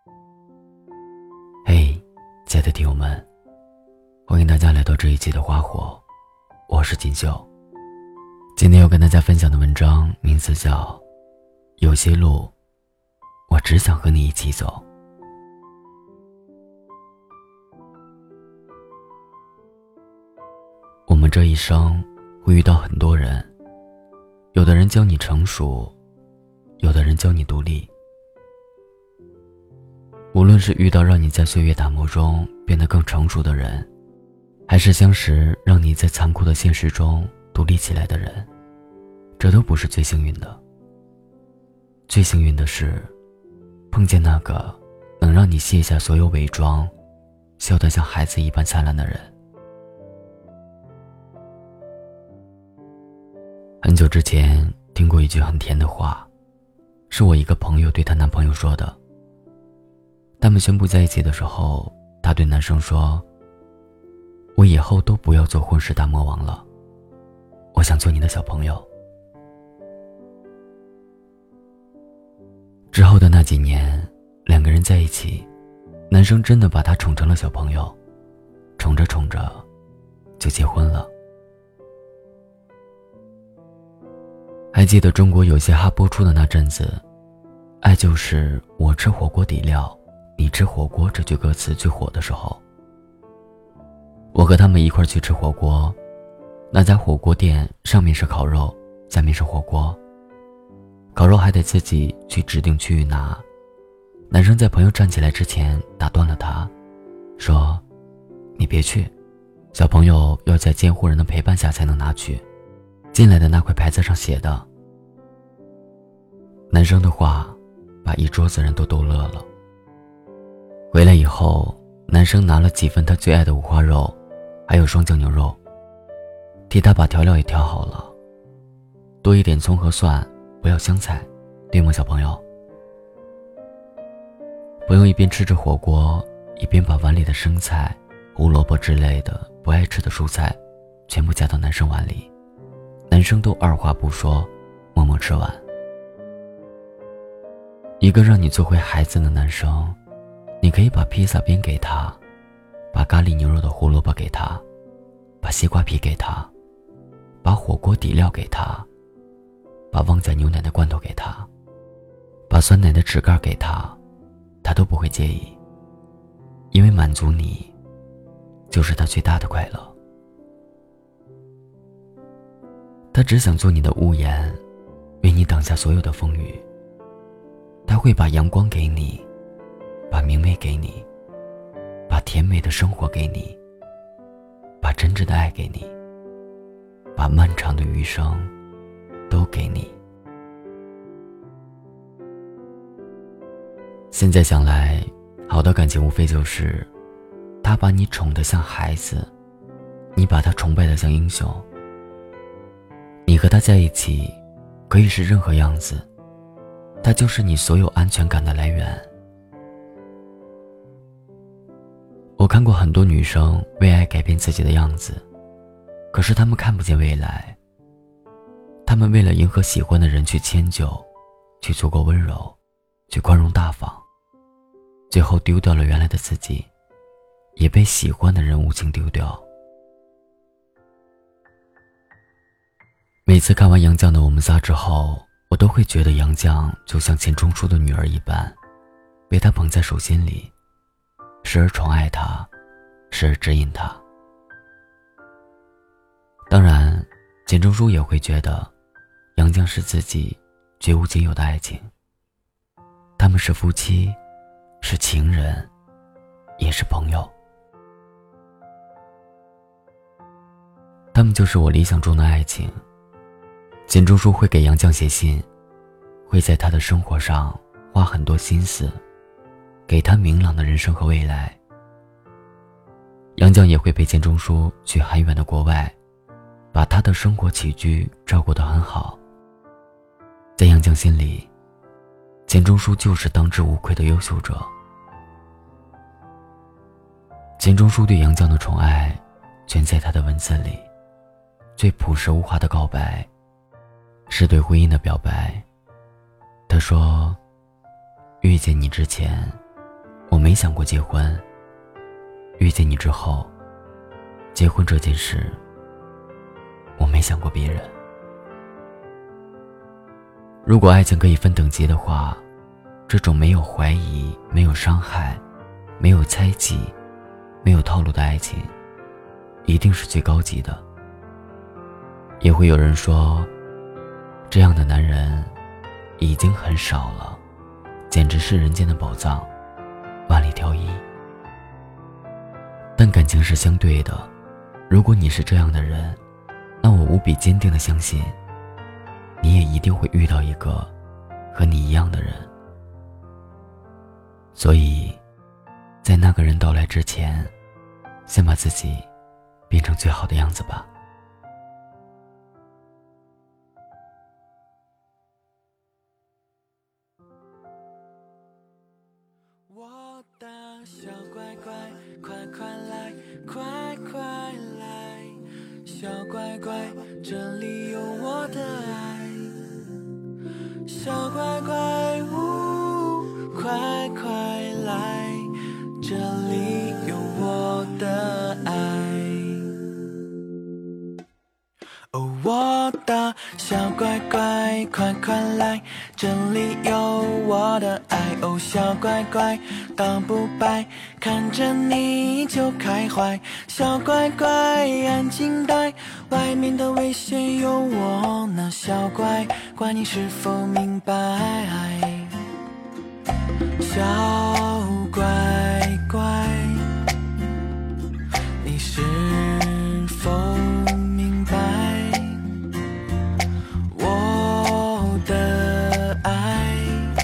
嘿，亲爱的听友们，欢迎大家来到这一期的花火，我是锦绣。今天要跟大家分享的文章名字叫有些路我只想和你一起走。我们这一生会遇到很多人，有的人教你成熟，有的人教你独立。无论是遇到让你在岁月打磨中变得更成熟的人，还是相识让你在残酷的现实中独立起来的人，这都不是最幸运的。最幸运的是碰见那个能让你卸下所有伪装，笑得像孩子一般灿烂的人。很久之前听过一句很甜的话，是我一个朋友对她男朋友说的。他们宣布在一起的时候，她对男生说，我以后都不要做混世大魔王了，我想做你的小朋友。之后的那几年，两个人在一起，男生真的把她宠成了小朋友，宠着宠着就结婚了。还记得中国有嘻哈播出的那阵子，爱就是我吃火锅底料，你吃火锅这句歌词最火的时候，我和他们一块去吃火锅，那家火锅店上面是烤肉，下面是火锅，烤肉还得自己去指定区域拿。男生在朋友站起来之前打断了他，说你别去，小朋友要在监护人的陪伴下才能拿去，进来的那块牌子上写的。男生的话把一桌子人都逗乐了。回来以后，男生拿了几份他最爱的五花肉，还有双酱牛肉，替他把调料也调好了，多一点葱和蒜，不要香菜，对吗，小朋友？朋友一边吃着火锅，一边把碗里的生菜、胡萝卜之类的不爱吃的蔬菜全部加到男生碗里，男生都二话不说，默默吃完。一个让你做回孩子的男生，你可以把披萨边给他，把咖喱牛肉的胡萝卜给他，把西瓜皮给他，把火锅底料给他，把旺仔牛奶的罐头给他，把酸奶的纸盖给他，他都不会介意，因为满足你就是他最大的快乐。他只想做你的屋檐，为你挡下所有的风雨。他会把阳光给你，把明媚给你，把甜美的生活给你，把真挚的爱给你，把漫长的余生都给你。现在想来，好的感情无非就是他把你宠得像孩子，你把他崇拜得像英雄。你和他在一起可以是任何样子，他就是你所有安全感的来源。我看过很多女生为爱改变自己的样子，可是她们看不见未来。她们为了迎合喜欢的人去迁就，去足够温柔，去宽容大方，最后丢掉了原来的自己，也被喜欢的人无情丢掉。每次看完杨绛的《我们仨》之后，我都会觉得杨绛就像钱钟书的女儿一般，被他捧在手心里，时而宠爱他，时而指引他。当然，钱钟书也会觉得杨绛是自己绝无仅有的爱情。他们是夫妻，是情人，也是朋友。他们就是我理想中的爱情。钱钟书会给杨绛写信，会在他的生活上花很多心思，给他明朗的人生和未来。杨绛也会陪钱钟书去很远的国外，把他的生活起居照顾得很好。在杨绛心里，钱钟书就是当之无愧的优秀者。钱钟书对杨绛的宠爱全在他的文字里，最朴实无华的告白是对婚姻的表白。他说，遇见你之前没想过结婚。遇见你之后，结婚这件事，我没想过别人。如果爱情可以分等级的话，这种没有怀疑、没有伤害、没有猜忌、没有套路的爱情，一定是最高级的。也会有人说，这样的男人已经很少了，简直是人间的宝藏，万里挑一。但感情是相对的，如果你是这样的人，那我无比坚定地相信，你也一定会遇到一个和你一样的人。所以在那个人到来之前，先把自己变成最好的样子吧。 我的小乖乖，快快来，快快来，小乖乖，这里有我的爱。小乖乖，快快来，这里有我的爱。哦，我的小乖乖，快快来，这里有我的爱。哦，小乖乖，当不败，看着你就开怀。小乖乖，安静待，外面的危险有我呢。小乖乖，你是否明白？小乖乖，你是否明白？我的爱，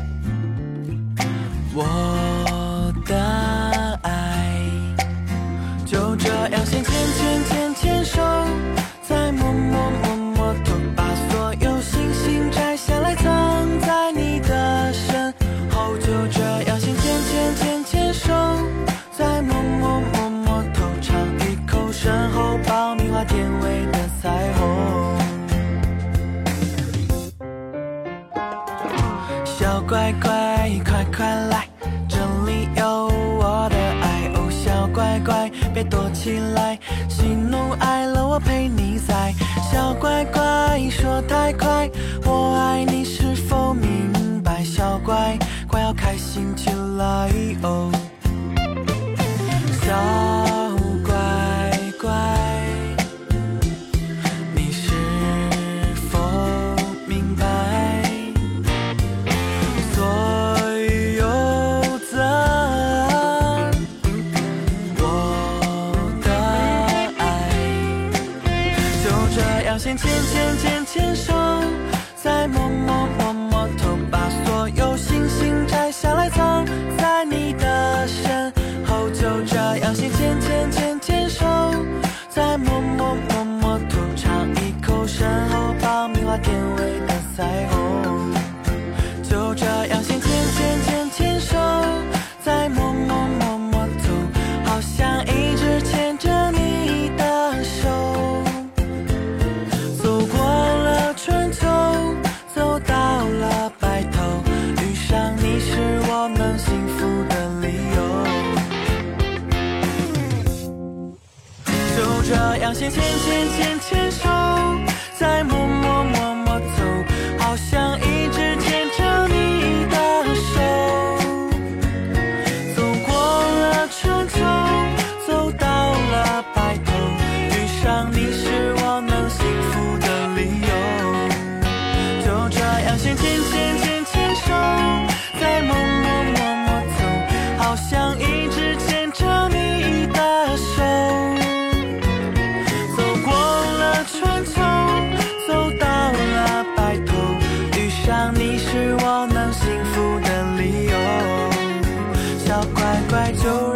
我的爱，就这样先牵手，再摸头，把所有星星摘下来藏在你的身后。就这样先牵手，再摸头，尝一口身后爆米花甜味的彩虹。小乖乖，快快来，这里有我的爱。哦，小乖乖，别躲起来，喜怒哀乐我陪你在。小乖乖，说太快，我爱你是否明白？小乖乖，要开心起来哦。小乖乖，你是否明白？所有的我的爱，就这样先牵手，再摸头，把所有星星摘下来藏在你的身后。就这样先牵手，再摸头，尝一口身后爆米花甜味的彩虹。就这样先牵手，再摸头，好像一直牵着你的手。走过了春秋，走到了白头，遇上你是我能幸福的理由。就这样先牵手，再摸头，好像一直牵着你的手。走过了春秋，走到了白头，遇上你是我能幸福的理由。就这样先牵手，再摸头，好像一直牵着你的手。走过了春秋，走到了白头，遇上你是我能幸福的理由。小乖乖就